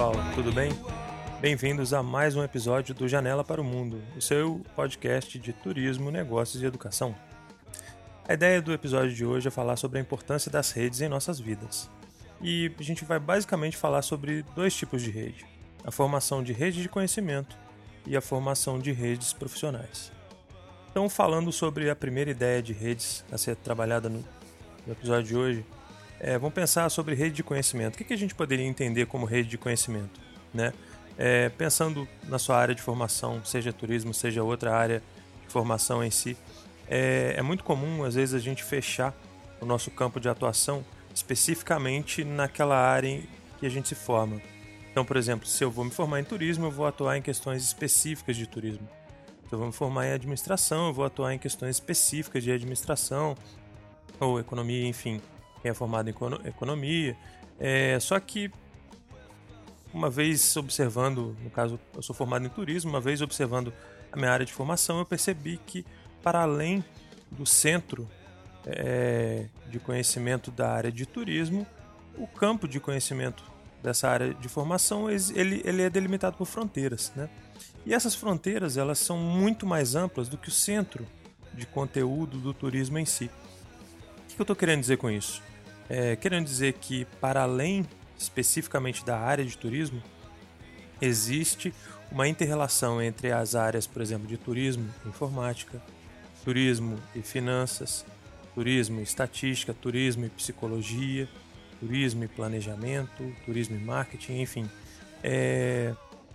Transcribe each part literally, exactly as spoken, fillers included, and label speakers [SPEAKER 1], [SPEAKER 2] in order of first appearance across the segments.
[SPEAKER 1] pessoal, tudo bem? Bem-vindos a mais um episódio do Janela para o Mundo, o seu podcast de turismo, negócios e educação. A ideia do episódio de hoje é falar sobre a importância das redes em nossas vidas. E a gente vai basicamente falar sobre dois tipos de rede: a formação de rede de conhecimento e a formação de redes profissionais. Então, falando sobre a primeira ideia de redes a ser trabalhada no, no episódio de hoje, é, vamos pensar sobre rede de conhecimento. O que, que a gente poderia entender como rede de conhecimento, né? É, pensando na sua área de formação, seja turismo, seja outra área de formação em si, é, é muito comum, às vezes, a gente fechar o nosso campo de atuação especificamente naquela área em que a gente se forma. Então, por exemplo, se eu vou me formar em turismo, eu vou atuar em questões específicas de turismo. Se eu vou me formar em administração, eu vou atuar em questões específicas de administração ou economia, enfim, quem é formado em economia. É, só que uma vez observando, no caso eu sou formado em turismo, uma vez observando a minha área de formação, eu percebi que para além do centro é, de conhecimento da área de turismo, o campo de conhecimento dessa área de formação ele, ele é delimitado por fronteiras, né? E essas fronteiras elas são muito mais amplas do que o centro de conteúdo do turismo em si. O que eu estou querendo dizer com isso? É, querendo dizer que, para além especificamente da área de turismo, existe uma inter-relação entre as áreas, por exemplo, de turismo e informática, turismo e finanças, turismo e estatística, turismo e psicologia, turismo e planejamento, turismo e marketing, enfim. É...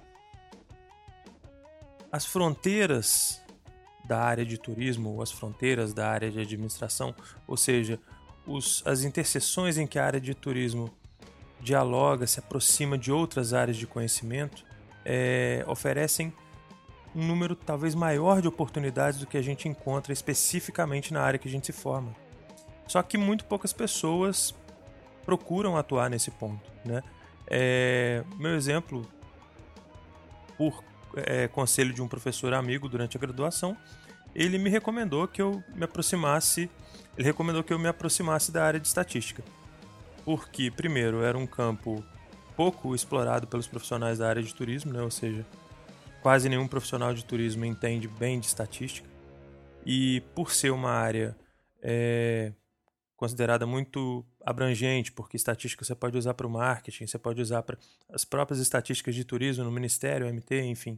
[SPEAKER 1] As fronteiras da área de turismo ou as fronteiras da área de administração, ou seja, os, as interseções em que a área de turismo dialoga, se aproxima de outras áreas de conhecimento, é, oferecem um número talvez maior de oportunidades do que a gente encontra especificamente na área que a gente se forma. Só que muito poucas pessoas procuram atuar nesse ponto, né? É, meu exemplo, por é, conselho de um professor amigo durante a graduação, ele me recomendou que eu me aproximasse, ele recomendou que eu me aproximasse da área de estatística. Porque, primeiro, era um campo pouco explorado pelos profissionais da área de turismo, né? Ou seja, quase nenhum profissional de turismo entende bem de estatística. E por ser uma área é, considerada muito abrangente, porque estatística você pode usar para o marketing, você pode usar para as próprias estatísticas de turismo no Ministério, M T, enfim.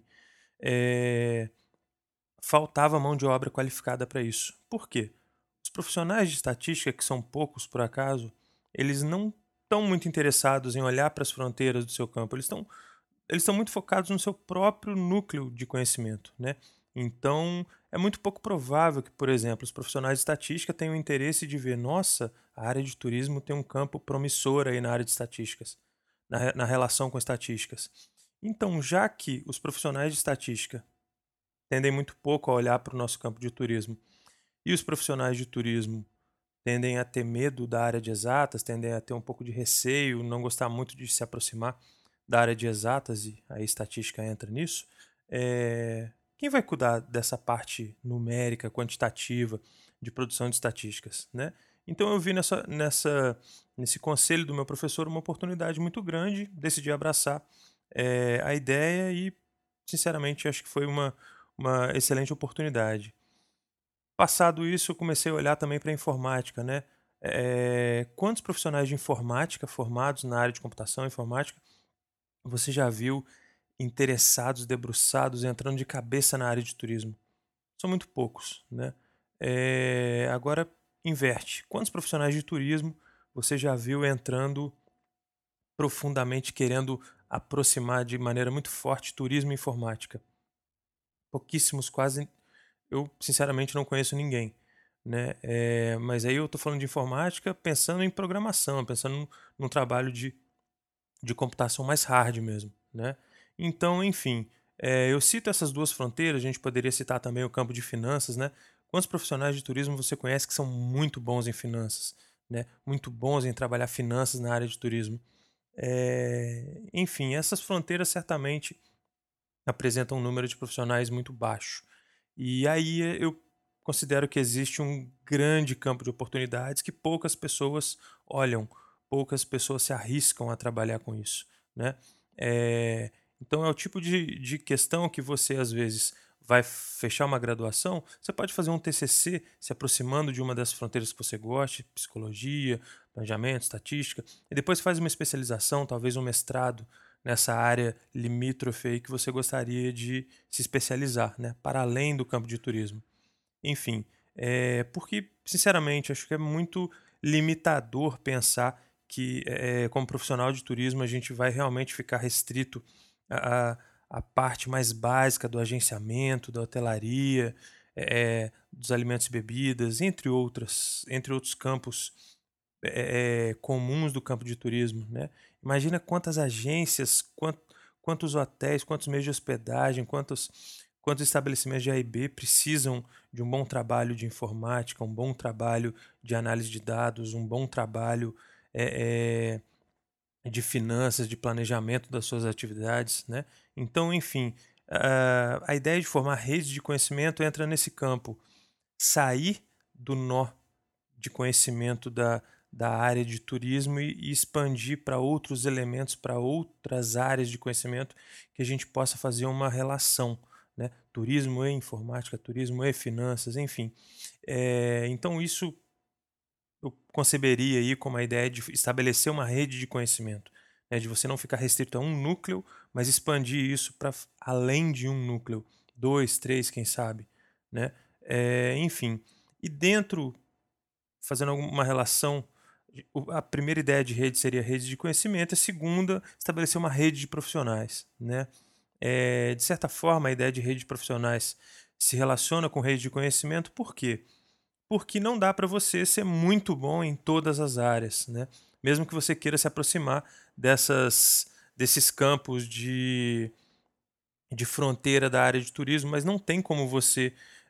[SPEAKER 1] É, faltava mão de obra qualificada para isso. Por quê? Os profissionais de estatística, que são poucos por acaso, eles não estão muito interessados em olhar para as fronteiras do seu campo. Eles estão eles estão muito focados no seu próprio núcleo de conhecimento, né? Então, é muito pouco provável que, por exemplo, os profissionais de estatística tenham interesse de ver, nossa, a área de turismo tem um campo promissor aí na área de estatísticas, na, na relação com estatísticas. Então, já que os profissionais de estatística tendem muito pouco a olhar para o nosso campo de turismo e os profissionais de turismo tendem a ter medo da área de exatas, tendem a ter um pouco de receio, não gostar muito de se aproximar da área de exatas, e a estatística entra nisso, é... quem vai cuidar dessa parte numérica, quantitativa, de produção de estatísticas, né? Então eu vi nessa, nessa, nesse conselho do meu professor uma oportunidade muito grande, decidi abraçar é, a ideia e, sinceramente, acho que foi uma, uma excelente oportunidade. Passado isso, eu comecei a olhar também para a informática, né? É, quantos profissionais de informática formados na área de computação e informática você já viu interessados, debruçados, entrando de cabeça na área de turismo? São muito poucos, né? É, agora, inverte. Quantos profissionais de turismo você já viu entrando profundamente, querendo aproximar de maneira muito forte turismo e informática? Pouquíssimos, quase. Eu, sinceramente, não conheço ninguém, né? É, mas aí eu estou falando de informática pensando em programação, pensando num, num trabalho de, de computação mais hard mesmo, né? Então, enfim, é, eu cito essas duas fronteiras, a gente poderia citar também o campo de finanças, né? Quantos profissionais de turismo você conhece que são muito bons em finanças, né? Muito bons em trabalhar finanças na área de turismo? É, enfim, essas fronteiras certamente apresentam um número de profissionais muito baixo. E aí eu considero que existe um grande campo de oportunidades que poucas pessoas olham, poucas pessoas se arriscam a trabalhar com isso, né? É, então é o tipo de, de questão que você, às vezes, vai fechar uma graduação, você pode fazer um T C C se aproximando de uma das fronteiras que você goste, psicologia, planejamento, estatística, e depois faz uma especialização, talvez um mestrado nessa área limítrofe aí que você gostaria de se especializar, né, para além do campo de turismo. Enfim, é, porque, sinceramente, acho que é muito limitador pensar que, é, como profissional de turismo, a gente vai realmente ficar restrito à, à parte mais básica do agenciamento, da hotelaria, é, dos alimentos e bebidas, entre outras, entre outros campos é, é, comuns do campo de turismo, né? Imagina quantas agências, quant, quantos hotéis, quantos meios de hospedagem, quantos, quantos estabelecimentos de A e B precisam de um bom trabalho de informática, um bom trabalho de análise de dados, um bom trabalho é, é, de finanças, de planejamento das suas atividades, né? Então, enfim, a, a ideia de formar redes de conhecimento entra nesse campo. Sair do nó de conhecimento da, da área de turismo e, e expandir para outros elementos, para outras áreas de conhecimento, que a gente possa fazer uma relação, né? Turismo e informática, turismo e finanças, enfim. É, então isso eu conceberia aí como a ideia de estabelecer uma rede de conhecimento, né? De você não ficar restrito a um núcleo, mas expandir isso para além de um núcleo, dois, três, quem sabe, né? É, enfim, e dentro, fazendo alguma relação, a primeira ideia de rede seria a rede de conhecimento, a segunda, estabelecer uma rede de profissionais, né? É, de certa forma, a ideia de rede de profissionais se relaciona com rede de conhecimento, por quê? Porque não dá para você ser muito bom em todas as áreas, né? Mesmo que você queira se aproximar dessas, desses campos de, de fronteira da área de turismo, mas não tem como você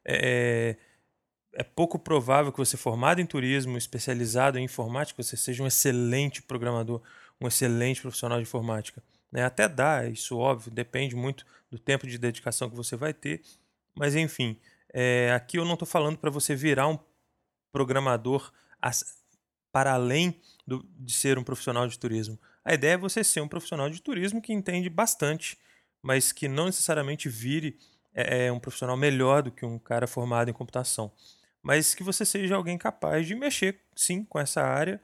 [SPEAKER 1] é, é pouco provável que você, formado em turismo, especializado em informática, você seja um excelente programador, um excelente profissional de informática, né? Até dá, isso óbvio, depende muito do tempo de dedicação que você vai ter, mas enfim, é, aqui eu não estou falando para você virar um programador as, para além do, de ser um profissional de turismo. A ideia é você ser um profissional de turismo que entende bastante, mas que não necessariamente vire é, um profissional melhor do que um cara formado em computação, mas que você seja alguém capaz de mexer, sim, com essa área,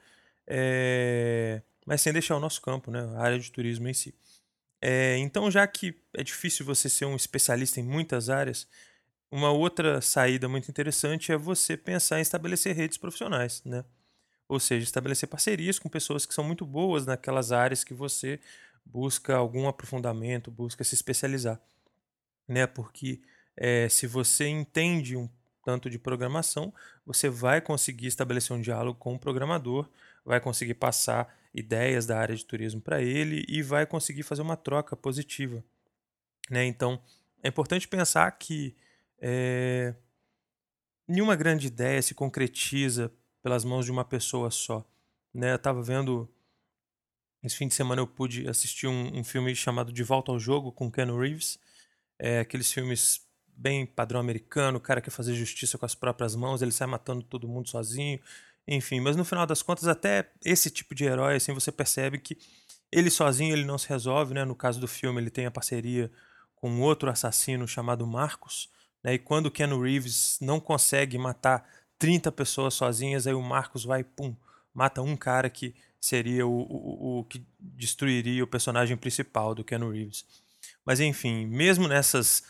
[SPEAKER 1] é, mas sem deixar o nosso campo, né, a área de turismo em si. É, então, já que é difícil você ser um especialista em muitas áreas, uma outra saída muito interessante é você pensar em estabelecer redes profissionais, né? Ou seja, estabelecer parcerias com pessoas que são muito boas naquelas áreas que você busca algum aprofundamento, busca se especializar, né? Porque é, se você entende um tanto de programação, você vai conseguir estabelecer um diálogo com o programador, vai conseguir passar ideias da área de turismo para ele e vai conseguir fazer uma troca positiva, né? Então, é importante pensar que é, nenhuma grande ideia se concretiza pelas mãos de uma pessoa só, né? Eu estava vendo, esse fim de semana eu pude assistir um, um filme chamado De Volta ao Jogo com Keanu Reeves, é, aqueles filmes bem padrão americano, o cara quer fazer justiça com as próprias mãos, ele sai matando todo mundo sozinho, enfim, mas no final das contas até esse tipo de herói, assim, você percebe que ele sozinho ele não se resolve, né? No caso do filme ele tem a parceria com outro assassino chamado Marcos, né? E quando o Keanu Reeves não consegue matar trinta pessoas sozinhas, aí o Marcos vai, pum, mata um cara que seria o, o, o que destruiria o personagem principal do Keanu Reeves. Mas enfim, mesmo nessas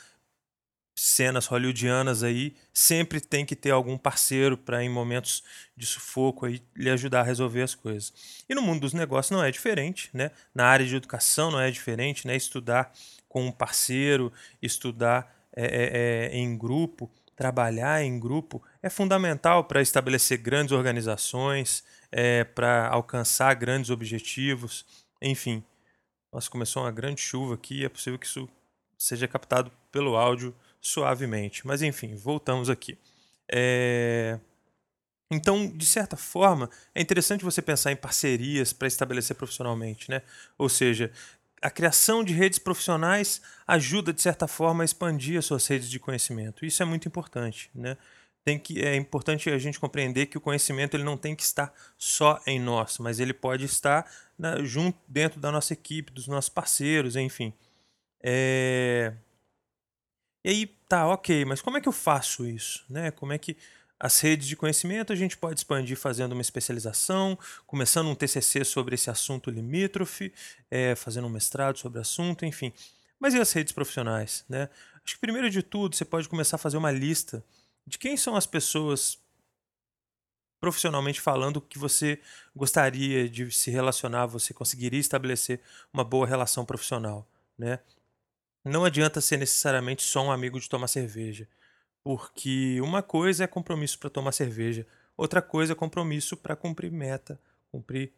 [SPEAKER 1] cenas hollywoodianas aí, sempre tem que ter algum parceiro para em momentos de sufoco aí lhe ajudar a resolver as coisas. E no mundo dos negócios não é diferente, né? Na área de educação não é diferente, né? Estudar com um parceiro, estudar é, é, é, em grupo, trabalhar em grupo é fundamental para estabelecer grandes organizações, é, para alcançar grandes objetivos, enfim. Nossa, começou uma grande chuva aqui, é possível que isso seja captado pelo áudio suavemente. Mas enfim, voltamos aqui. É... Então, de certa forma, é interessante você pensar em parcerias para estabelecer profissionalmente, né? Ou seja, a criação de redes profissionais ajuda, de certa forma, a expandir as suas redes de conhecimento. Isso é muito importante, né? Tem que, é importante a gente compreender que o conhecimento ele não tem que estar só em nós, mas ele pode estar na, junto dentro da nossa equipe, dos nossos parceiros, enfim. É... E aí, tá, ok, mas como é que eu faço isso? Né? Como é que as redes de conhecimento a gente pode expandir fazendo uma especialização, começando um T C C sobre esse assunto limítrofe, é, fazendo um mestrado sobre o assunto, enfim. Mas e as redes profissionais? Né? Acho que primeiro de tudo você pode começar a fazer uma lista de quem são as pessoas, profissionalmente falando, que você gostaria de se relacionar, você conseguiria estabelecer uma boa relação profissional. Né? Não adianta ser necessariamente só um amigo de tomar cerveja, porque uma coisa é compromisso para tomar cerveja, outra coisa é compromisso para cumprir meta, cumprir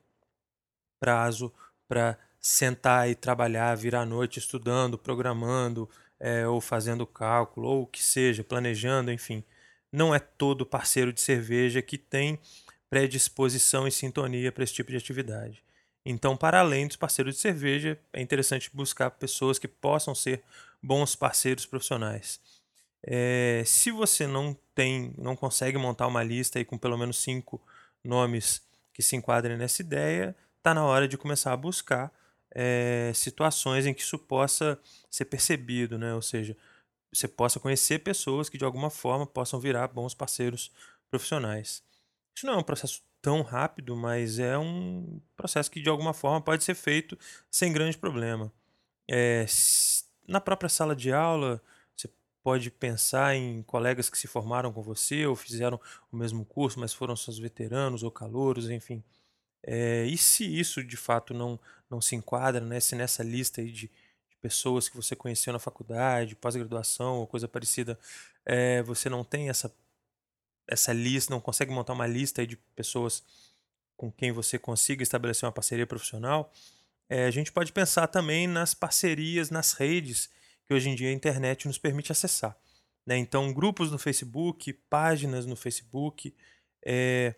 [SPEAKER 1] prazo, para sentar e trabalhar, virar à noite estudando, programando, é, ou fazendo cálculo, ou o que seja, planejando, enfim. Não é todo parceiro de cerveja que tem predisposição e sintonia para esse tipo de atividade. Então, para além dos parceiros de cerveja, é interessante buscar pessoas que possam ser bons parceiros profissionais. É, se você não tem, não consegue montar uma lista aí com pelo menos cinco nomes que se enquadrem nessa ideia, está na hora de começar a buscar é, situações em que isso possa ser percebido, né? Ou seja, você possa conhecer pessoas que de alguma forma possam virar bons parceiros profissionais. Isso não é um processo tão rápido, mas é um processo que de alguma forma pode ser feito sem grande problema. É, na própria sala de aula, você pode pensar em colegas que se formaram com você ou fizeram o mesmo curso, mas foram seus veteranos ou calouros, enfim. É, e se isso de fato não, não se enquadra, né, se nessa lista aí de, de pessoas que você conheceu na faculdade, pós-graduação ou coisa parecida, é, você não tem essa, essa lista, não consegue montar uma lista aí de pessoas com quem você consiga estabelecer uma parceria profissional, é, a gente pode pensar também nas parcerias, nas redes que hoje em dia a internet nos permite acessar. Né? Então, grupos no Facebook, páginas no Facebook, é,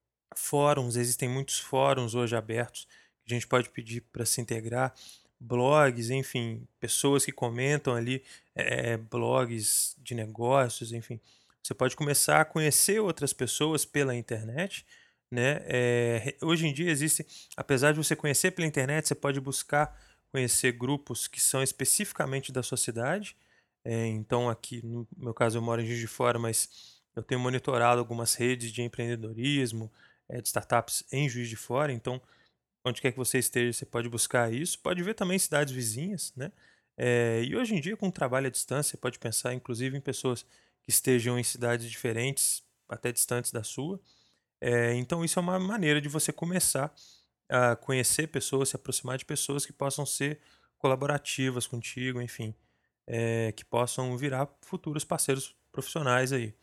[SPEAKER 1] fóruns, existem muitos fóruns hoje abertos que a gente pode pedir para se integrar, blogs, enfim, pessoas que comentam ali, é, blogs de negócios, enfim. Você pode começar a conhecer outras pessoas pela internet, né? É, hoje em dia existe, apesar de você conhecer pela internet, você pode buscar conhecer grupos que são especificamente da sua cidade. É, então aqui, no meu caso, eu moro em Juiz de Fora, mas eu tenho monitorado algumas redes de empreendedorismo, é, de startups em Juiz de Fora. Então, onde quer que você esteja, você pode buscar isso. Pode ver também cidades vizinhas, né? É, e hoje em dia, com o trabalho à distância, você pode pensar inclusive em pessoas que estejam em cidades diferentes, até distantes da sua. É, então, isso é uma maneira de você começar a conhecer pessoas, se aproximar de pessoas que possam ser colaborativas contigo, enfim, é, que possam virar futuros parceiros profissionais aí.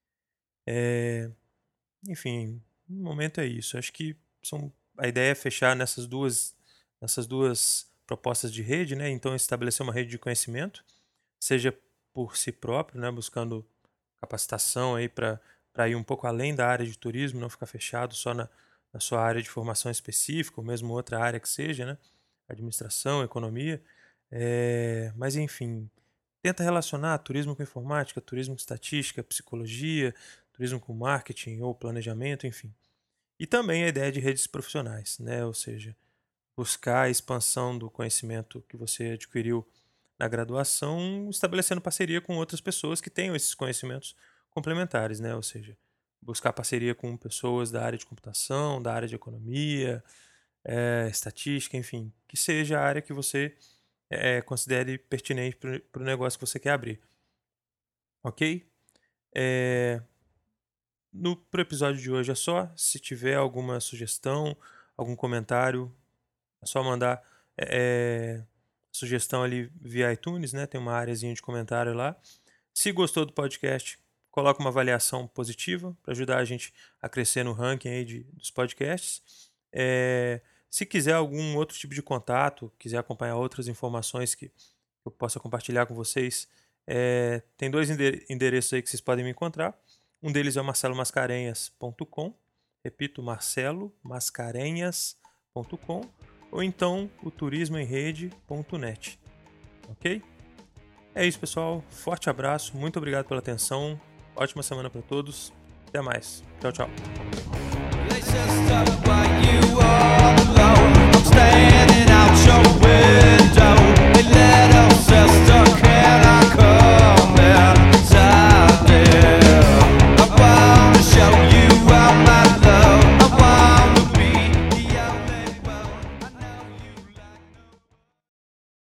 [SPEAKER 1] É, enfim, no momento é isso. Acho que são, a ideia é fechar nessas duas, nessas duas propostas de rede, né? Então, estabelecer uma rede de conhecimento, seja por si próprio, né? Buscando capacitação aí para para ir um pouco além da área de turismo, não ficar fechado só na, na sua área de formação específica, ou mesmo outra área que seja, né? Administração, economia. É, mas, enfim, tenta relacionar turismo com informática, turismo com estatística, psicologia, turismo com marketing ou planejamento, enfim. E também a ideia de redes profissionais, né? Ou seja, buscar a expansão do conhecimento que você adquiriu na graduação, estabelecendo parceria com outras pessoas que tenham esses conhecimentos complementares, né? Ou seja, buscar parceria com pessoas da área de computação, da área de economia, é, estatística, enfim, que seja a área que você é, considere pertinente para o negócio que você quer abrir. Ok? É... No pro episódio de hoje é só. Se tiver alguma sugestão, algum comentário, é só mandar é, sugestão ali via iTunes, né? Tem uma áreazinha de comentário lá. Se gostou do podcast, coloca uma avaliação positiva para ajudar a gente a crescer no ranking aí de, dos podcasts. É, se quiser algum outro tipo de contato, quiser acompanhar outras informações que eu possa compartilhar com vocês, é, tem dois endereços aí que vocês podem me encontrar. Um deles é o marcelo mascarenhas ponto com, repito, marcelo mascarenhas ponto com, ou então o turismo em rede ponto net, ok? É isso, pessoal. Forte abraço, muito obrigado pela atenção, ótima semana para todos, até mais, tchau, tchau.
[SPEAKER 2] stand.